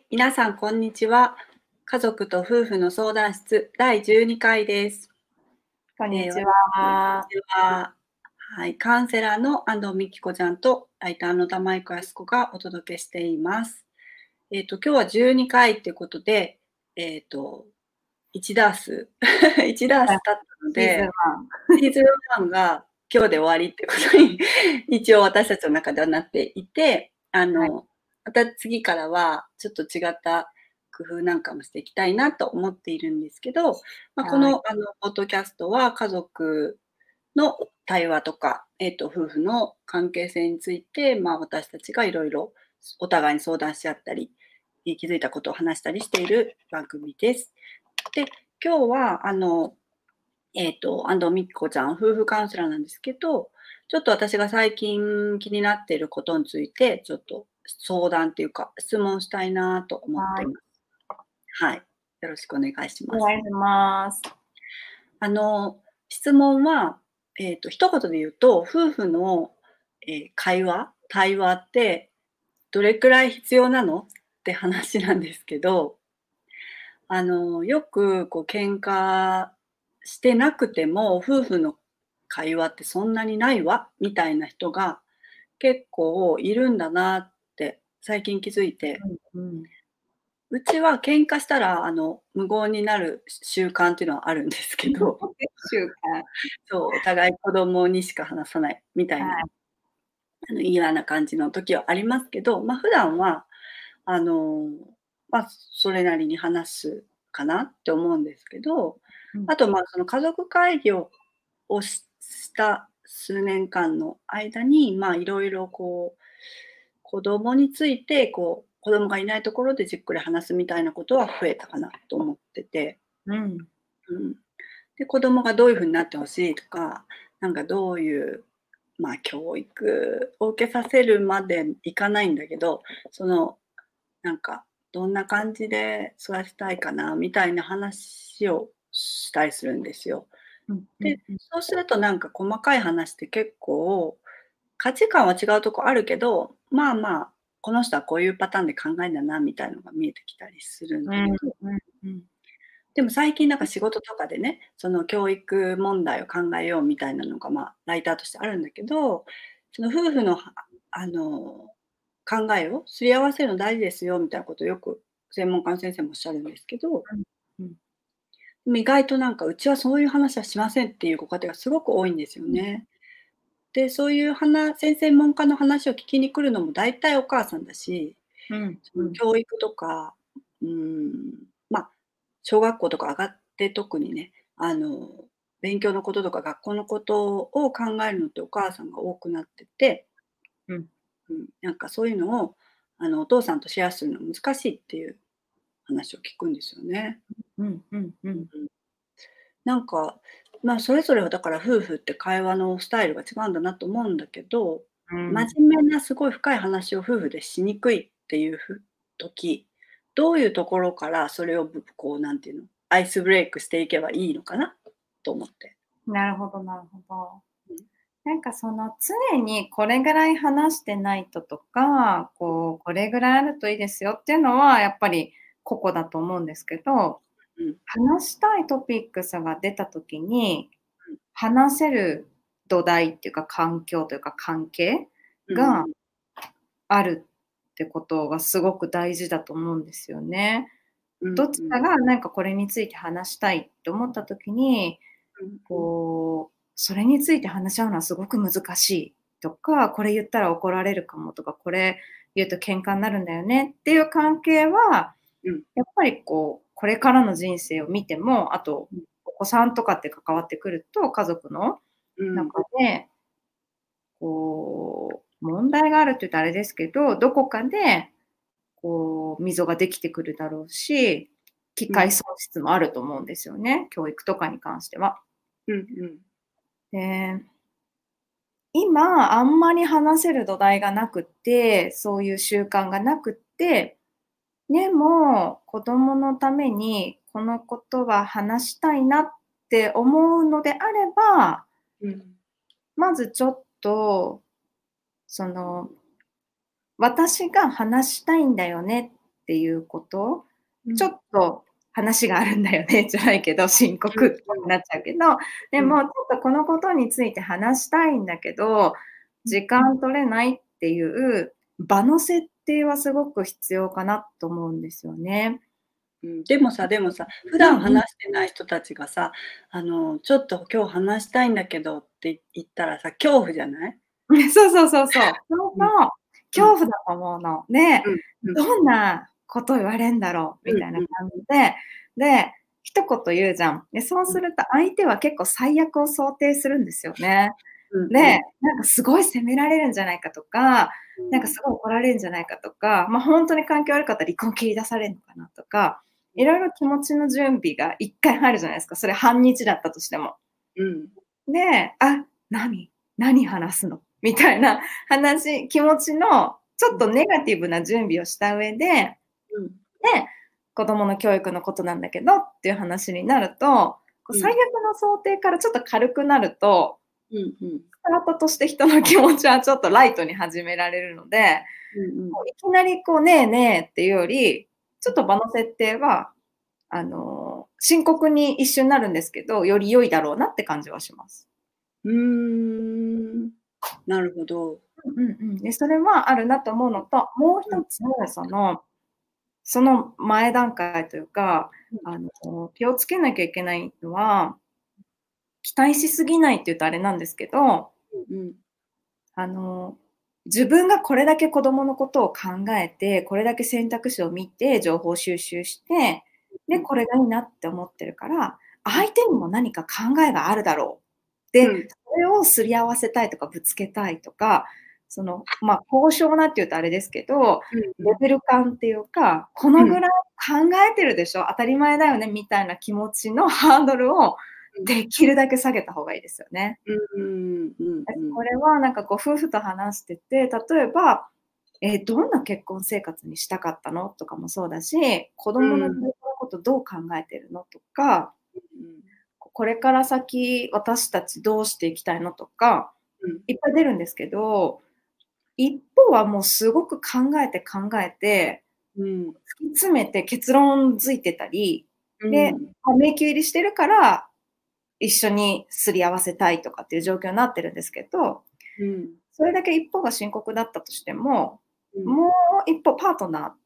皆さんこんにちは。家族と夫婦の相談室第12回です。私こんにちは。 は、はい、カウンセラーの安藤美希子ちゃんとライターの玉井康子がお届けしています。今日は12回ってことで、1ダース1ダース経ったのシーズンで、 1。 シーズン1が今日で終わりってことに一応私たちの中ではなっていて、 はい。 また次からはちょっと違った工夫なんかもしていきたいなと思っているんですけど、こはい。 のポッドキャストは家族の対話とか、夫婦の関係性について、私たちがいろいろお互いに相談し合ったり、気づいたことを話したりしている番組です。で、今日は安藤美希子ちゃん、夫婦カウンセラーなんですけど、ちょっと私が最近気になっていることについて、ちょっと相談っていうか、質問したいなと思ってはい。 ます。はい。よろしくお願いします。 お願いします。 あの、質問は、一言で言うと、夫婦の、対話ってどれくらい必要なのって話なんですけど、よくこう喧嘩してなくても、夫婦の会話ってそんなにないわみたいな人が結構いるんだなって最近気づいて、 うんうん。 うちは喧嘩したら無言になる習慣っていうのはあるんですけど、 習慣。 そう、お互い子供にしか話さないみたいな、 はい。 嫌な感じの時はありますけど、普段はあの、それなりに話すかなって思うんですけど、 うん。 あと、その家族会議をした数年間の間に、いろいろこう、子供について、こう、子供がいないところでじっくり話すみたいなことは増えたかなと思ってて、 うん。 うん。で、子供がどういう風になってほしいとか、なんかどういう、教育を受けさせるまでいかないんだけど、そのなんか、どんな感じで育てたいかなみたいな話をしたりするんですよ。 うんうで、 んうん。 そうするとなんか細かい話って結構、価値観は違うとこあるけど、この人はこういうパターンで考えんだなみたいのが見えてきたりするんうんだけど、 うんうん。 でも最近なんか仕事とかでね、その教育問題を考えようみたいなのが、ライターとしてあるんだけど、その夫婦のあの、考えをすり合わせるの大事ですよみたいなことをよく専門家の先生もおっしゃるんですけど、 うん。 でも意外となんかうちはそういう話はしませんっていうご家庭がすごく多いんですようん。 ね。で、そういう専門家の話を聞きに来るのも大体お母さんだし、 うんそうん。 の教育とか、うーん、小学校とか上がって特にね、勉強のこととか学校のことを考えるのってお母さんが多くなってて、 うん。 なんかそういうのを、お父さんとシェアするの難しいっていう話を聞くんですよね。 うんうんううん。 ん。 なんか、それぞれはだから夫婦って会話のスタイルが違うんだなと思うんだけど、 うん。 真面目なすごい深い話を夫婦でしにくいっていう時、どういうところからそれをこうなんていうの、アイスブレイクしていけばいいのかなと思って。 なるほどなるほど。 うん。 なんかその常にこれぐらい話してないととか、これぐらいあるといいですよっていうのはやっぱり個々だと思うんですけど、 うん。 話したいトピックスが出た時に、 うん。 話せる土台っていうか環境というか関係がうん。 あるってことがすごく大事だと思うんですよね。 うん。 どちうん。 らがなんかこれについて話したいって思った時に、 うん。 それについて話し合うのはすごく難しいとか、これ言ったら怒られるかもとか、これ言うと喧嘩になるんだよねっていう関係は、 うん。 やっぱりこれからの人生を見ても、あとうん。 お子さんとかって関わってくると、家族のうん。 中で、問題があるって言うとあれですけど、どこかで溝ができてくるだろうし、機うん。 会損失もあると思うんですよね、教育とかに関しては。 うん。うん。 で、今あんまり話せる土台がなくって、そういう習慣がなくって、でも子供のためにこのことは話したいなって思うのであれば、 うん。 まずちょっと、その、私が話したいんだよね。 っていうこと、 うんちょっと話があるんだよねじゃないけど、深刻っぽくなっちゃうけど、でもちょっとこのことについて話したいんだけど、時間取れないっていう場の設定はすごく必要かなと思うんですよね。 うん、でもさ、普段うんうん。 話してない人たちがさ、ちょっと今日話したいんだけどって言ったらさ、恐怖じゃない？ そうそうそうそう。そうん、 のうん、 恐怖だと思うの。で、 うん、うん、 どんなこと言われんだろうみたいなうん、 感じで、一言言うじゃん。で、そううん、 すると相手は結構最悪を想定するんですよね。 うん、うで、 ん、 なんかすごい責められるんじゃないかとか、なんかすごい怒られるんじゃないかとか、ほんとに環境悪かったら離婚切り出されんのかなとか、いろいろ気持ちの準備が一回入るじゃないですか。それ半日だったとしても。 うん、 で、何話すのみたいな気持ちのちょっとネガティブな準備をした上で、 うん、 子供の教育のことなんだけどっていう話になると、 うん、 最悪の想定からちょっと軽くなると、 うん、うん、 スタートとして人の気持ちはちょっとライトに始められるので、 うん、 いきなりねえねえっていうより、ちょっと場の設定は、深刻に一瞬なるんですけど、より良いだろうなって感じはします。 うーん、なるほど。 で、それはあるなと思うのと、もううん、 一つ、その前段階というか、 うん、 気をつけなきゃいけないのは、期待しすぎないって言うとあれなんですけど、 うん、 あの、自分がこれだけ子供のことを考えて、これだけ選択肢を見て、情報収集して、で、 うん、 これがいいなって思ってるから、相手にも何か考えがあるだろう。で、 うん、 それをすり合わせたいとかぶつけたいとか、高尚なって言うとあれですけど、 うん、 レベル感っていうか、このうん、 ぐらい考えてるでしょ、当たり前だよねみたいな気持ちのハードルをうん、 できるだけ下げた方がいいですよね。 うん、うん、うん、 これはなんか夫婦と話してて、例えば、どんな結婚生活にしたかったのとかもそうだし、子供の教育のことどう考えてるのとか、これから先私たちどうしていきたいのとか、 うん、 いっぱい出るんですけど、一方はもうすごく考えて、 うん、 突き詰めて結論づいてたり、で、 うん、 迷宮入りしてるから、一緒にすり合わせたいとかっていう状況になってるんですけど、 うん、 それだけ一方が深刻だったとしても、 うん、 もう一歩パートナーって、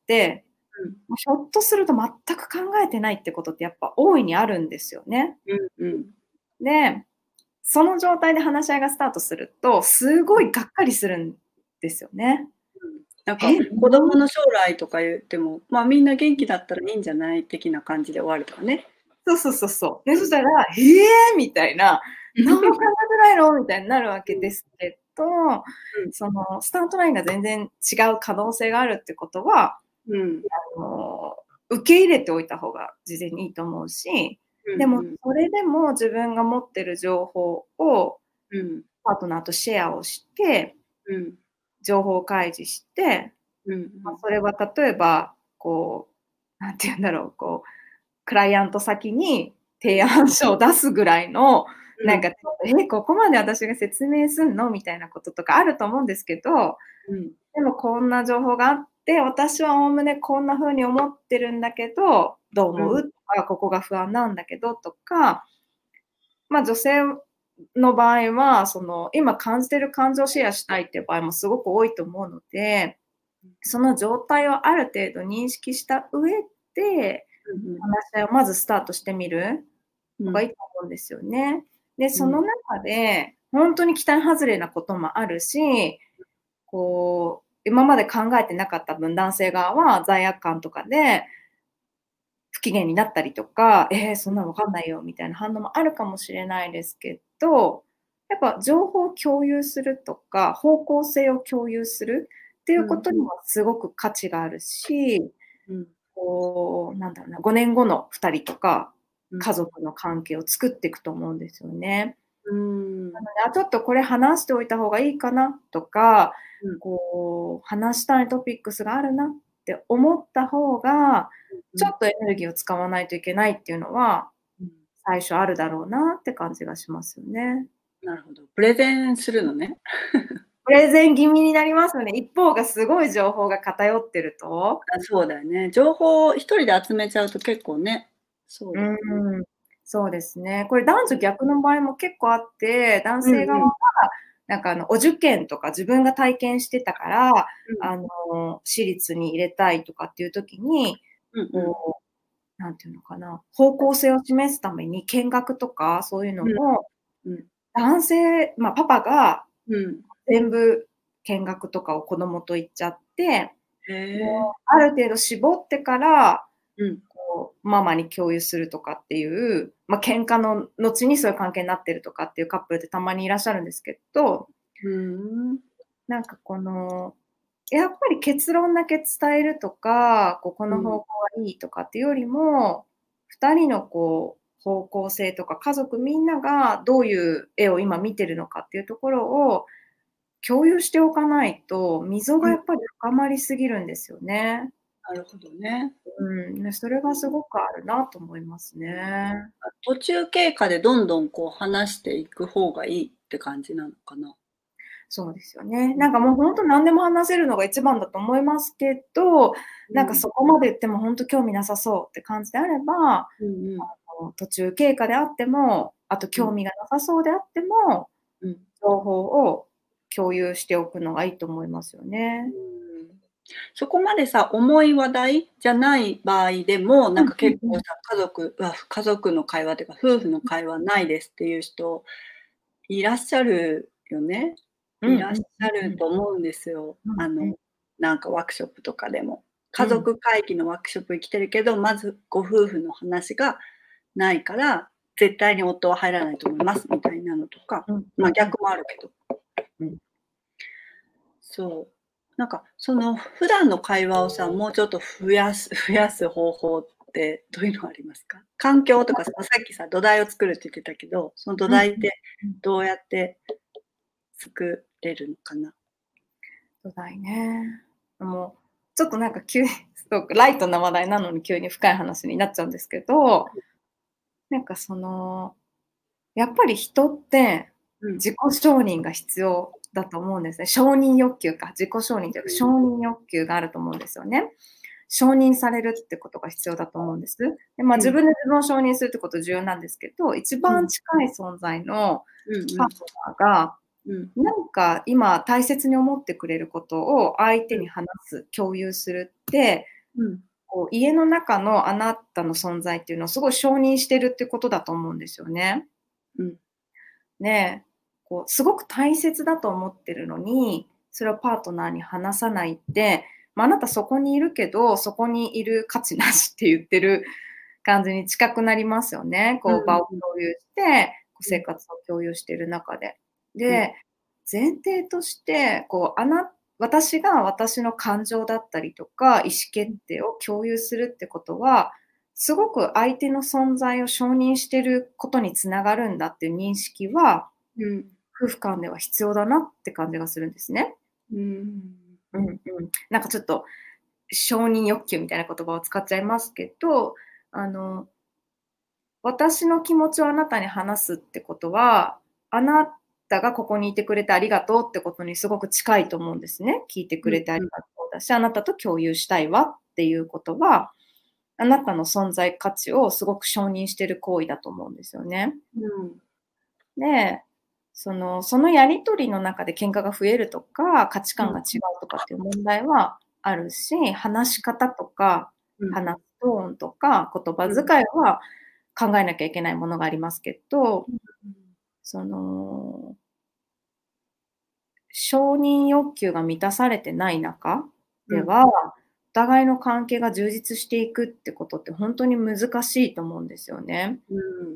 うん、 ひょっとすると全く考えてないってことってやっぱ大いにあるんですよね。 うん。 で、その状態で話し合いがスタートすると、すごいがっかりするんですよね。 なんか、 え、 子供の将来とか言っても、まあ、みんな元気だったらいいんじゃない的な感じで終わるとかね。 そうそうそうそう。で、そしたら、みたいな、何も考えてないのみたいになるわけですけど、そのスタートラインが全然違う可能性があるってことは、 うん、 あの、受け入れておいた方が事前にいいと思うし、 うん、 でもうん、 それでも自分が持ってる情報をうん、 パートナーとシェアをして、 うん、 情報開示して、 うん、 それは例えば、なんて言うんだろう、クライアント先に提案書を出すぐらいの、 うん、 ここまで私が説明すんのみたいなこととかあると思うんですけど、 うん、 でもこんな情報があって、私はおおむねこんな風に思ってるんだけど、どううん、 思う？とか、ここが不安なんだけどとか、女性の場合は、今感じてる感情をシェアしたいっていう場合もすごく多いと思うので、その状態をある程度認識した上で、話し合いをまずスタートしてみるのがいいと思うんですよね。で、その中で、ほんとに期待外れなこともあるし、今まで考えてなかった分、男性側は罪悪感とかで不機嫌になったりとか、そんなの分かんないよみたいな反応もあるかもしれないですけど、やっぱ情報を共有するとか、方向性を共有するっていうことにはすごく価値があるし、なんだろうな、5年後の2人とか、家族の関係を作っていくと思うんですよね。なので、ちょっとこれ話しておいた方がいいかなとか、話したいトピックスがあるなって思った方が、ちょっとエネルギーを使わないといけないっていうのは、最初あるだろうなって感じがしますよね。 なるほど。プレゼンするのね。 プレゼン気味になりますよね。一方がすごい情報が偏ってると。 あ、そうだよね。情報を一人で集めちゃうと結構ね、そうだよね。 そうですね。これ男女逆の場合も結構あって、男うんうん。 性側がなんかお受験とか自分が体験してたから、 うん。 私立に入れたいとかっていう時に、 うんうん。 こう、なんていうのかな、方向性を示すために見学とかそういうのうん。 を、 うん。 男性、パパがうん。 全部見学とかを子供と行っちゃって、 へもうえ。 ある程度絞ってから、 うん。 ママに共有するとかっていう、喧嘩の後にそういう関係になってるとかっていうカップルってたまにいらっしゃるんですけど、 ふーん。 なんかやっぱり結論だけ伝えるとか、こうん。 の方向がいいとかっていうよりも、2人の方向性とか、家族みんながどういう絵を今見てるのかっていうところを共有しておかないと、溝うん。 がやっぱり深まりすぎるんですよね。 なるほどね。 それがすごくあるなと思いますうん。 ね。 途中経過でどんどんこう話していく方がいいって感じなのかな？ そうですよね。 うん。 なんかもうほんと何でも話せるのが一番だと思いますけど、なんかうん。 そこまで言ってもほんと興味なさそうって感じであれば、 うんうん。 途中経過であっても、あとうん。 興味がなさそうであっても、 うん。 情報を共有しておくのがいいと思いますようね。 ーん。そこまでさ、重い話題じゃない場合でも、なんか結構さ、家族の会話っていうか、夫婦の会話ないですっていう人いらっしゃるよね。 うんうんいらっしゃるうん。 と思うんですよ。 うんうん。 なんかワークショップとかでも。家うん。 族会議のワークショップに来てるけど、まずご夫婦の話がないから、絶対に夫は入らないと思いますみたいなのとか、 うんうんうん。 逆もあるけど。 うん。 そう。なんか、その普段の会話をさ、もうちょっと増やす方法ってどういうのありますか？環境とかさっきさ、土台を作るって言ってたけど、その土うんうん台ってうん。 どうやって作れるのかな？ 土台ね。もう、ちょっとなんか急にすごくライトな話題なのに急に深い話になっちゃうんですけど、なんかやっぱり人ってうん。 自己承認が必要だと思うんですね。承認欲求か、自己承認というか、承認欲求があると思うんですよね。承認されるってことが必要だと思うんです。で、自うん。 分で自分を承認するってこと重要なんですけど、一番うん。 近い存在のうんうん。 パートナーが、 うん。 なんか今大切に思ってくれることを相手に話す、共有するって、 うん。 家の中のあなたの存在っていうのをすごい承認してるってことだと思うんですよね。 うん。 ね、すごく大切だと思ってるのに、それをパートナーに話さないって、あなたそこにいるけど、そこにいる価値なしって言ってる感じに近くなりますよね。場をうんうん。 共有して、 うん。 生活を共有している中で。 うん。 で、前提として、私が私の感情だったりとか、意思決定を共有するってことは、すごく相手の存在を承認してることに繋がるんだっていう認識は、 うん。 夫婦間では必要だなって感じがするんですね。 うん。 うんうん。なんかちょっと承認欲求みたいな言葉を使っちゃいますけど、あの、私の気持ちをあなたに話すってことは、あなたがここにいてくれてありがとうってことにすごく近いと思うんですね。聞いてくうんうん。 れてありがとうだし、あなたと共有したいわっていうことは、あなたの存在価値をすごく承認してる行為だと思うんですよね。 うん。 で、そのやり取りの中で喧嘩が増えるとか、価値うん。 観が違うとかっていう問題はあるし、話し方とか、 うん。 話すトーンとか、言葉うん。 遣いは考えなきゃいけないものがありますけど、 うん。 その、承認欲求が満たされてない中うん。 では、お互いの関係が充実していくってことってほんとに難しいと思うんですよね。 うん。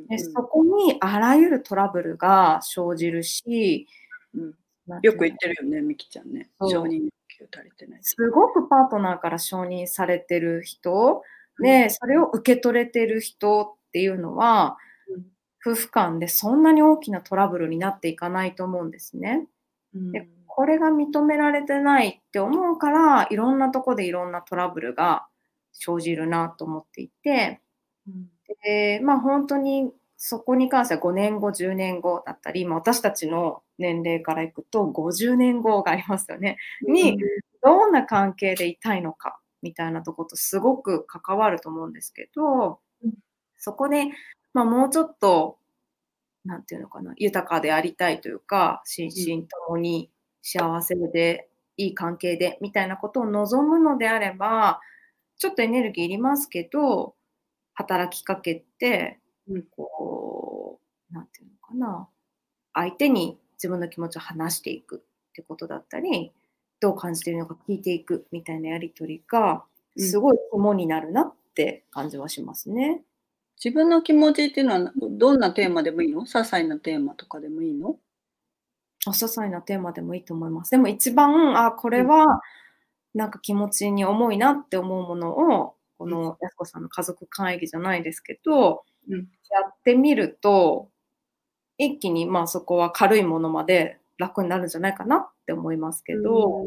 で、 うん。 そこにあらゆるトラブルが生じるし、 うん。よく言っなんていうの、 てるよね、みきちゃんね。承そう、 認欲求足りてないって。 すごくパートナーから承認されてる人、 うん。 で、それを受け取れてる人っていうのは、 うん。 夫婦間でそんなに大きなトラブルになっていかないと思うんですね。で、 うん。 これが認められてないって思うから、いろんなとこでいろんなトラブルが生じるなと思っていて、 うん。 で、ほんとにそこに関しては5年後、10年後だったり、私たちの年齢からいくと50年後がありますよね。に、どんな関係でいたいのかみたいなとことすごく関わると思うんですけど、そこで、もうちょっと、なんていうのかな、豊かでありたいというか、心身ともに幸せでいい関係でみたいなことを望むのであれば、ちょっとエネルギーいりますけど、働きかけて、こう、なんていうのかな、相手に自分の気持ちを話していくってことだったり、どう感じているのか聞いていくみたいなやり取りが、すごい肝になるなって感じはしますね。 自分の気持ちっていうのは、どんなテーマでもいいの？些細なテーマとかでもいいの？ 些細なテーマでもいいと思います。でも一番、これはなんか気持ちに重いなって思うものを、このやすこさんの家族会議じゃないですけど、やってみると、一気にそこは軽いものまで楽になるんじゃないかなって思いますけど。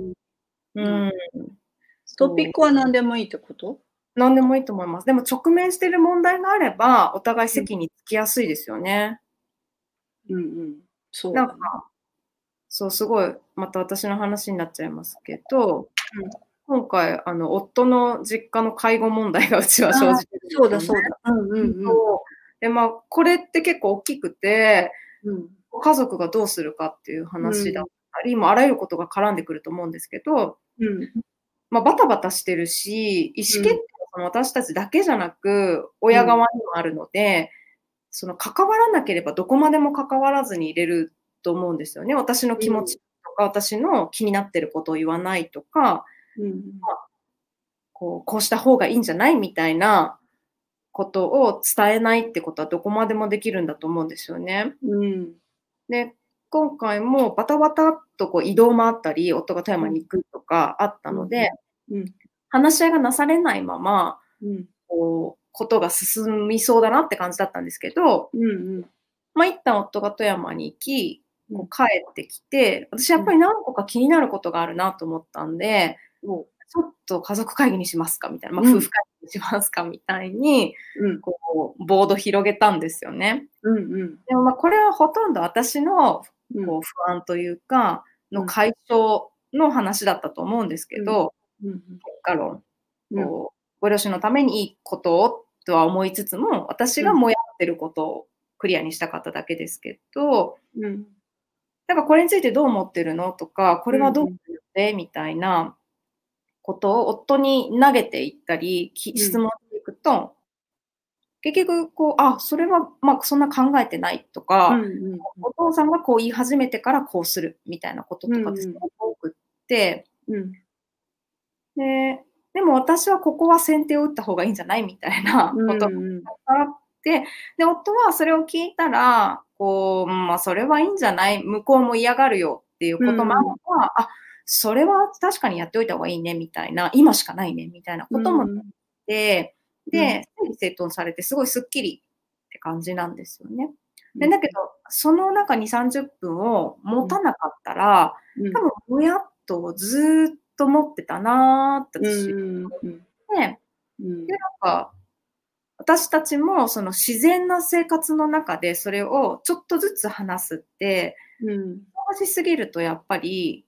トピックは何でもいいってこと？ 何でもいいと思います。でも直面している問題があれば、お互い席に着きやすいですよね。 そうなんか、そう、すごい、また私の話になっちゃいますけど、今回、夫の実家の介護問題がうちは生じてるんですよね。 そうだ。 で、これって結構大きくて、家族がどうするかっていう話だったり、あらゆることが絡んでくると思うんですけど、バタバタしてるし、意思決定は私たちだけじゃなく、親側にもあるので、その関わらなければどこまでも関わらずに入れると思うんですよね。私の気持ちとか、私の気になってることを言わないとか、こうした方がいいんじゃないみたいなことを伝えないってことはどこまでもできるんだと思うんですよね。で、今回もバタバタっと移動もあったり、夫が富山に行くとかあったので、話し合いがなされないまま、ことが進みそうだなって感じだったんですけど、一旦夫が富山に行き、帰ってきて、私やっぱり何個か気になることがあるなと思ったんで、ちょっと家族会議にしますかみたいな、夫婦会議にしますかみたいに、ボード広げたんですよね。でもこれはほとんど私の不安というか、の解消の話だったと思うんですけど、結果論、ご両親のためにいいことをとは思いつつも、私がもやってることをクリアにしたかっただけですけど、これについてどう思ってるのとか、これはどうするってみたいなことを夫に投げていったり、質問していくと、結局それはそんな考えてないとか、お父さんがこう言い始めてからこうするみたいなこととかってすごく多くって、でも私はここは先手を打った方がいいんじゃないみたいなことがあって、で、夫はそれを聞いたら、それはいいんじゃない、向こうも嫌がるよっていうこともあれば、それは確かにやっておいた方がいいねみたいな、今しかないねみたいなこともあって、で、整理整頓されてすごいスッキリって感じなんですよね。だけど、その中2、30分を持たなかったら、多分もやっとずっと持ってたなって私思って、で、私たちもその自然な生活の中でそれをちょっとずつ話すって、話しすぎるとやっぱり、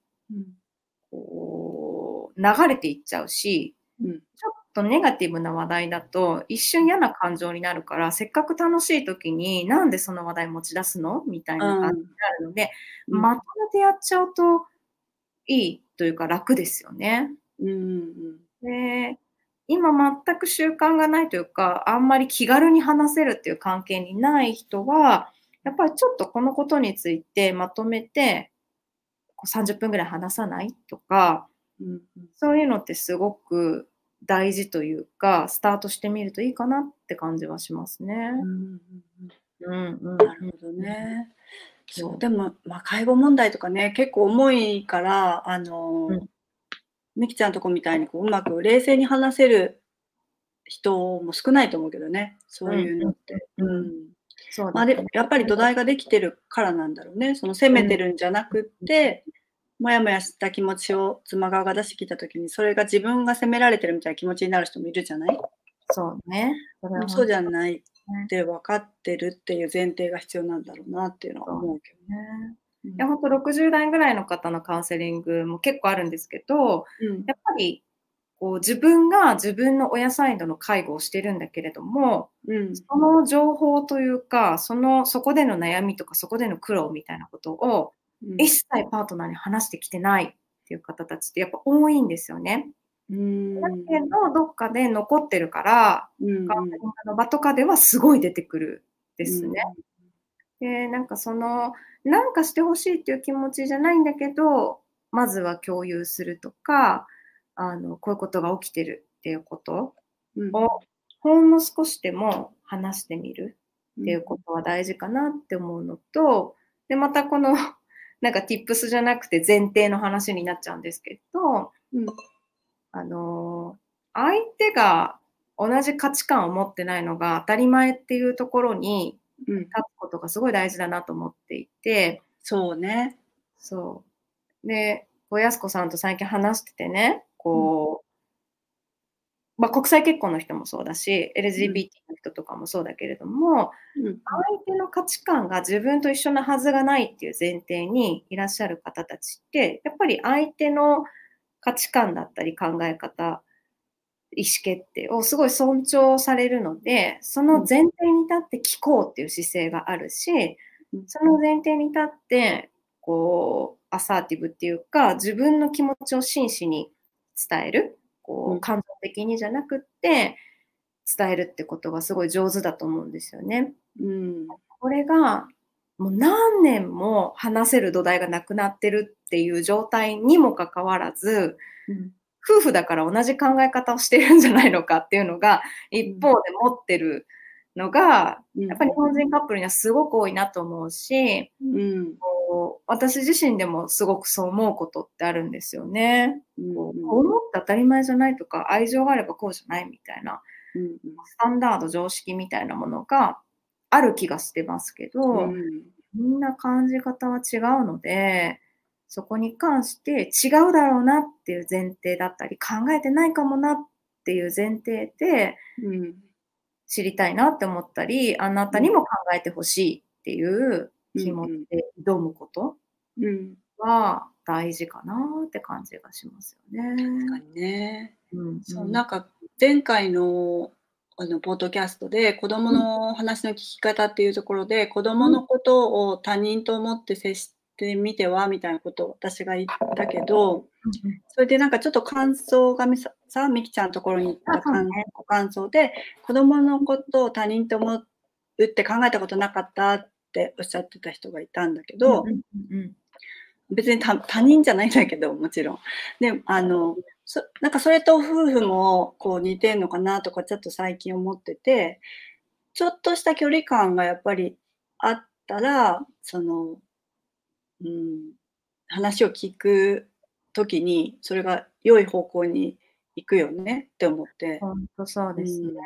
流れていっちゃうし、ちょっとネガティブな話題だと一瞬嫌な感情になるから、せっかく楽しい時になんでその話題持ち出すのみたいな感じになるので、まとめてやっちゃうといいというか楽ですよね。で、今全く習慣がないというか、あんまり気軽に話せるっていう関係にない人は、やっぱりちょっとこのことについてまとめて、30分ぐらい話さないとか、そういうのってすごく大事というか、スタートしてみるといいかなって感じはしますね。 なるほどね。そう、でも、介護問題とかね、結構重いから、みきちゃんとこみたいにうまく冷静に話せる人も少ないと思うけどね、そういうのって。やっぱり土台ができてるからなんだろうね。その責めてるんじゃなくって、もやもやした気持ちを妻側が出してきたときに、それが自分が責められてるみたいな気持ちになる人もいるじゃない？ そうね。 そうじゃないって分かってるっていう前提が必要なんだろうなっていうのは思うけどね。 ね。 いや、ほんと60代ぐらいの方のカウンセリングも結構あるんですけど、やっぱりこう自分が自分の親サイドの介護をしてるんだけれども、その情報というか、そこでの悩みとか、そこでの苦労みたいなことを、一切パートナーに話してきてないっていう方たちってやっぱ多いんですよね。だけど、どっかで残ってるから、カウンセリングの場とかではすごい出てくるですね。で、なんかなんかして欲しいっていう気持ちじゃないんだけど、まずは共有するとか、こういうことが起きてるっていうことを、ほんの少しでも話してみるっていうことは大事かなって思うのと、で、またなんか tips じゃなくて前提の話になっちゃうんですけど、相手が同じ価値観を持ってないのが当たり前っていうところに立つことがすごい大事だなと思っていて。 そうね。 そう。で、やすこさんと最近話しててね、国際結婚の人もそうだし、LGBT の人とかもそうだけれども、相手の価値観が自分と一緒なはずがないっていう前提にいらっしゃる方たちって、やっぱり相手の価値観だったり考え方、意思決定をすごい尊重されるので、その前提に立って聞こうっていう姿勢があるし、その前提に立って、アサーティブっていうか、自分の気持ちを真摯に伝える。感情的にじゃなくって伝えるってことがすごい上手だと思うんですよね。これがもう何年も話せる土台がなくなってるっていう状態にもかかわらず、夫婦だから同じ考え方をしてるんじゃないのかっていうのが一方で持ってるのが、やっぱり日本人カップルにはすごく多いなと思うし、私自身でもすごくそう思うことってあるんですよね。こう思って当たり前じゃないとか、愛情があればこうじゃないみたいな、スタンダード常識みたいなものがある気がしてますけど、みんな感じ方は違うので、そこに関して違うだろうなっていう前提だったり、考えてないかもなっていう前提で知りたいなって思ったり、あなたにも考えてほしいっていう気持ちで挑むことは大事かなって感じがしますよね。 確かにね。なんか前回のポッドキャストで子供の話の聞き方っていうところで、子供のことを他人と思って接してみてはみたいなことを私が言ったけど、それでなんかちょっと感想がみきちゃんのところに行ったご感想で、子供のことを他人と思うって考えたことなかったっておっしゃってた人がいたんだけど、別に他人じゃないんだけど、もちろん。で、なんかそれと夫婦も似てんのかなとかちょっと最近思ってて、ちょっとした距離感がやっぱりあったら、話を聞くときに、それが良い方向に行くよねって思って。 ほんとそうですね。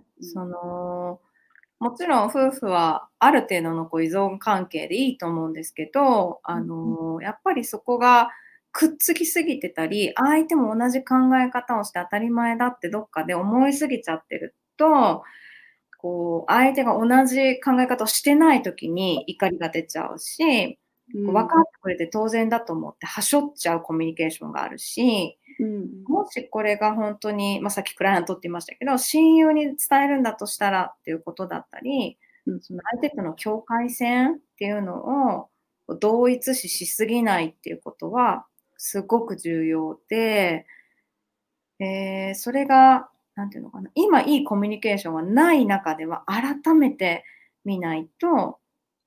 もちろん夫婦はある程度の依存関係でいいと思うんですけど、やっぱりそこがくっつきすぎてたり、相手も同じ考え方をして当たり前だってどっかで思いすぎちゃってると、相手が同じ考え方をしてない時に怒りが出ちゃうし、分かってくれて当然だと思ってはしょっちゃうコミュニケーションがあるし、もしこれが本当に、さっきクライアントって言いましたけど、親友に伝えるんだとしたらっていうことだったり、その相手との境界線っていうのを同一視しすぎないっていうことはすごく重要で、それがなんていうのかな、今いいコミュニケーションがない中では改めて見ないと、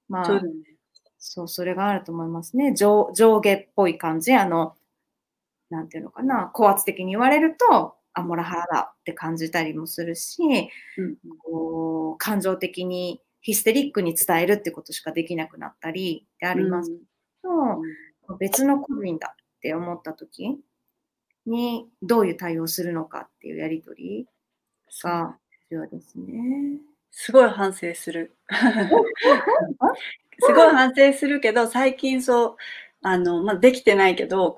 それがあると思いますね。上下っぽい感じ、なんていうのかな、高圧的に言われると、モラハラだって感じたりもするし、感情的にヒステリックに伝えるってことしかできなくなったりってありますと、別の個人だって思った時に、どういう対応するのかっていうやり取りが必要ですね。 すごい反省する。すごい反省するけど、最近できてないけど、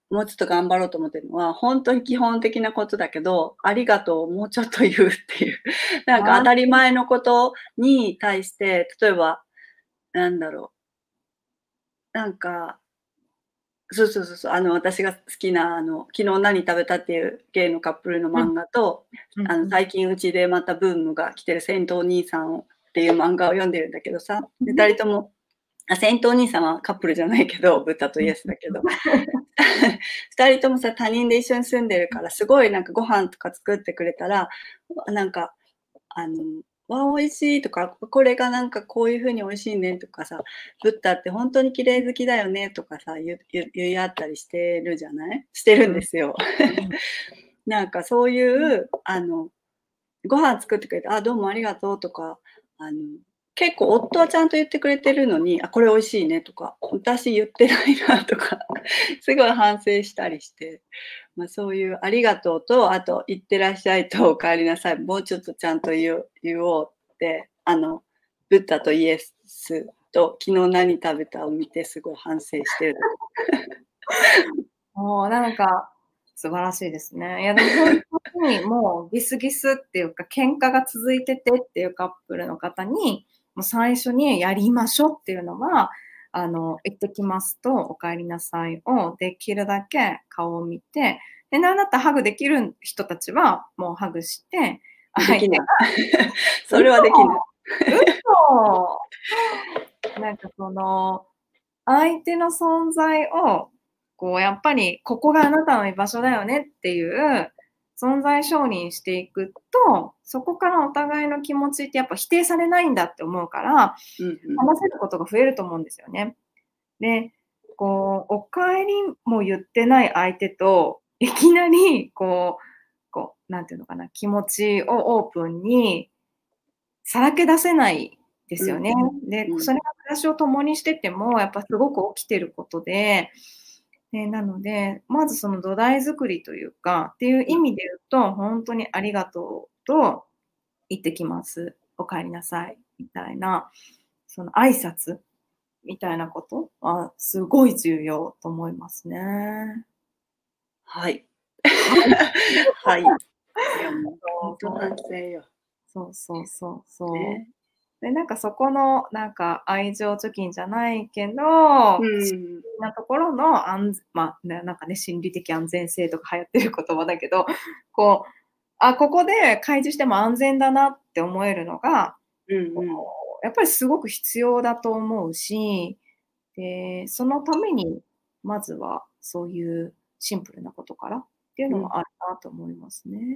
もうちょっと頑張ろうと思ってるのは、本当に基本的なことだけど、ありがとうをもうちょっと言うっていう、なんか当あたり前のことに対して、例えば、なんだろう、なんか、そうそうそうそう、私が好きな、昨日何食べたっていうゲイのカップルのうん、 漫画と、 うんうん。 最近うちでまたブームが来てる銭湯兄さんっていう漫画を読んでるんだけどさ、で、2人とも、銭湯兄さんはカップルじゃないけど、ブッダとイエスだけど、2人ともさ、他人で一緒に住んでるから、すごいなんかご飯とか作ってくれたら、なんか、あの、美味しいとか、これがなんかこういう風に美味しいねとかさ、ブッダって本当に綺麗好きだよねとかさ、言い合ったりしてるじゃない？してるんですよ。 うん。 なんかそういう、ご飯作ってくれて、あ、どうもありがとうとか、あの、結構夫はちゃんと言ってくれてるのに、あ、これ美味しいねとか、私言ってないなとか、すごい反省したりして、そういうありがとうと、あと、いってらっしゃいとお帰りなさい、もうちょっとちゃんと言おうって、ブッダとイエスと昨日何食べたを見てすごい反省してるとこ。 もうなんか、素晴らしいですね。いやでもほんとにもうギスギスっていうか、喧嘩が続いててっていうカップルの方に、もう最初にやりましょうっていうのは、行ってきますとお帰りなさいをできるだけ顔を見て、で、なんだったらハグできる人たちはもうハグして、相手ができない。それはできない。 嘘、嘘。なんかその相手の存在を、こうやっぱりここがあなたの居場所だよねっていう存在承認していくと、そこからお互いの気持ちってやっぱ否定されないんだって思うから、 うんうん。 話せることが増えると思うんですよね。で、こう、お帰りも言ってない相手と、いきなりなんていうのかな、気持ちをオープンにさらけ出せないですよね。 うん。 で、 うん。 それが暮らしを共にしてても、やっぱすごく起きてることで、なので、まずその土台作りというか、っていううん。 意味で言うと、ほんとにありがとうと、行ってきます、お帰りなさいみたいな、その挨拶みたいなことはすごい重要と思いますね。 はい。 はい。 はい。いや、もうほそうそう。 んと反省よ。 そうそうそうそう。 ね。 で、なんかそこの、なんか愛情貯金じゃないけど、 う心ん。 理なところのなんかね、心理的安全性とか流行ってる言葉だけど、こう、あ、ここで開示しても安全だなって思えるのが、 うんこうん。 う、やっぱりすごく必要だと思うし、で、そのために、まずはそういうシンプルなことからっていううん。 のはあるなと思いますね。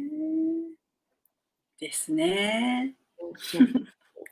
ですね。 そうそう。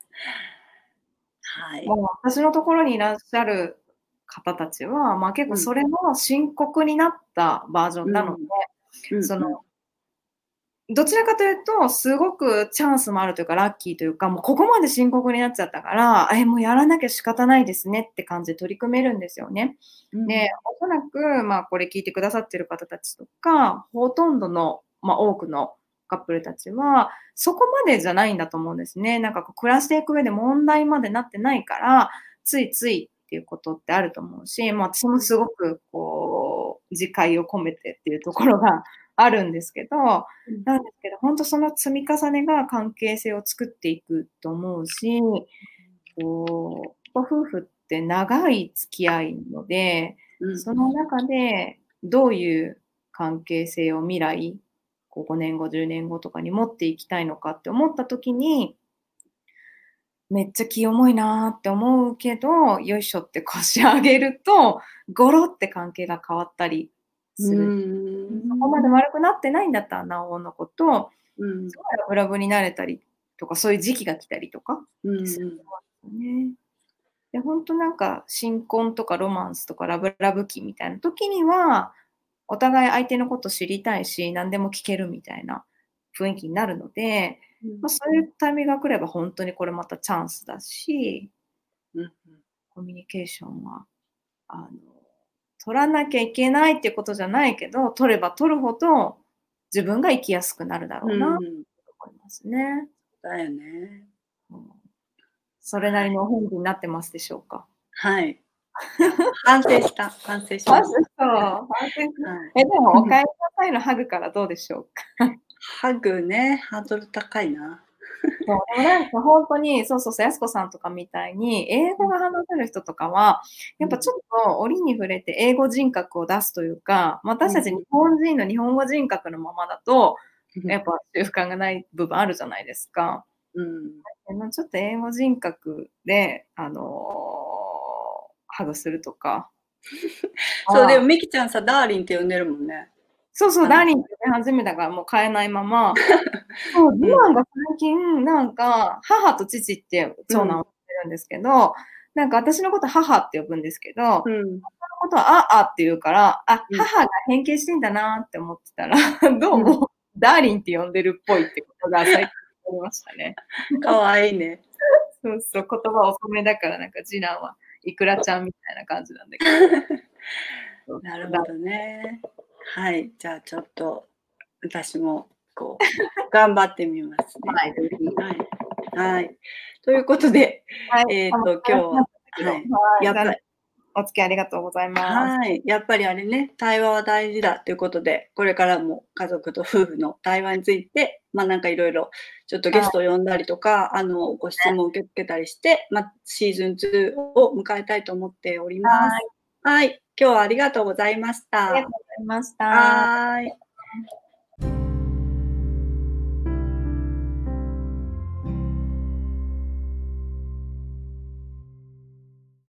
はい。 もう私のところにいらっしゃる方たちは、結構うん。 それの深刻になったバージョンなので、 うん。うんその、 うん。 どちらかというと、すごくチャンスもあるというか、ラッキーというか、もうここまで深刻になっちゃったから、もうやらなきゃ仕方ないですねって感じで取り組めるんですよね。 うん。 で、おそらく、これ聞いてくださってる方たちとか、ほとんどの、多くのカップルたちは、そこまでじゃないんだと思うんですね。なんかこう暮らしていく上で問題までなってないから、ついついっていうことってあると思うし、私もうん。 すごくこう、自戒を込めてっていうところがあるんですけど、 うん。 なんですけど、ほんとその積み重ねが関係性を作っていくと思うし、ご夫婦って長い付き合いので、 うん。 その中でどういう関係性を未来、5年後、10年後とかに持っていきたいのかって思った時に、めっちゃ気重いなって思うけど、よいしょって腰上げると、ゴロって関係が変わったりうする。そこーん。 まで悪くなってないんだったらなおのこと、 うん。 すごいラブラブになれたりとか、そういう時期が来たりとかうんうん。 すると思うんですよね。で、ほんとなんか新婚とかロマンスとかラブラブ期みたいな時には、お互い相手のこと知りたいし、何でも聞けるみたいな雰囲気になるので、 うん。 そういうタイミングが来ればほんとにこれまたチャンスだし、 うん。 コミュニケーションは、あの、取らなきゃいけないっていうことじゃないけど、取れば取るほど、自分が生きやすくなるだろうなとうん。 思いますね。 だよね。 うん。それなはい。 りのお返事になってますでしょうか？ はい。 いや、反省した。反省しました。 反省はい。 でも、おかえりなさいのハグからどうでしょうか？ ハグね、ハードル高いな。 そう、でもなんかほんとに、そうそうそう、やす子さんとかみたいに、英うん。 語が話せる人とかは、 うん。 やっぱちょっと折に触れて英語人格を出すというか、私たち日うんうん。 本人の日本語人格のままだと、 うん。 やっぱ習慣がない部分あるじゃないですか。 うん。 ちょっと英語人格で、ハグするとかそう、でもはミキちゃんさ、ダーリンって呼んでるもんね。 そうそう、ダーあのリンって呼び始めたからもう変えないまま、そう、次うん。 男が最近、なんか、母と父ってうん。 長男は呼んでるんですけど、なんか私のこと母って呼ぶんですけど、夫のうん。 ことはああって言うから、あ、 うん。 母が変形してんだなって思ってたら、どうん。 うもダーリンって呼んでるっぽいってことが最近分かりましたね。 可愛いね。 そうそう、言葉遅めだからなんか次男はいくらちゃんみたいな感じなんだけど。そうそう、 なるほどね。はい、じゃあちょっと、私もこう、頑張ってみますね。 はい、ぜひ。 はい。はい。ということで、 はい、 今日は、 話したけど、ははい、 い、 やっぱりお付き合いありがとうございます。 はい、やっぱりあれね、対話は大事だということで、これからも家族と夫婦の対話について、なんかいろいろちょっとゲはい、 ストを呼んだりとか、ご質問を受け付けたりして、シーズン2を迎えたいと思っております。 はい、 はい、今日はありがとうございましありがとうた。 ございました。 はーい。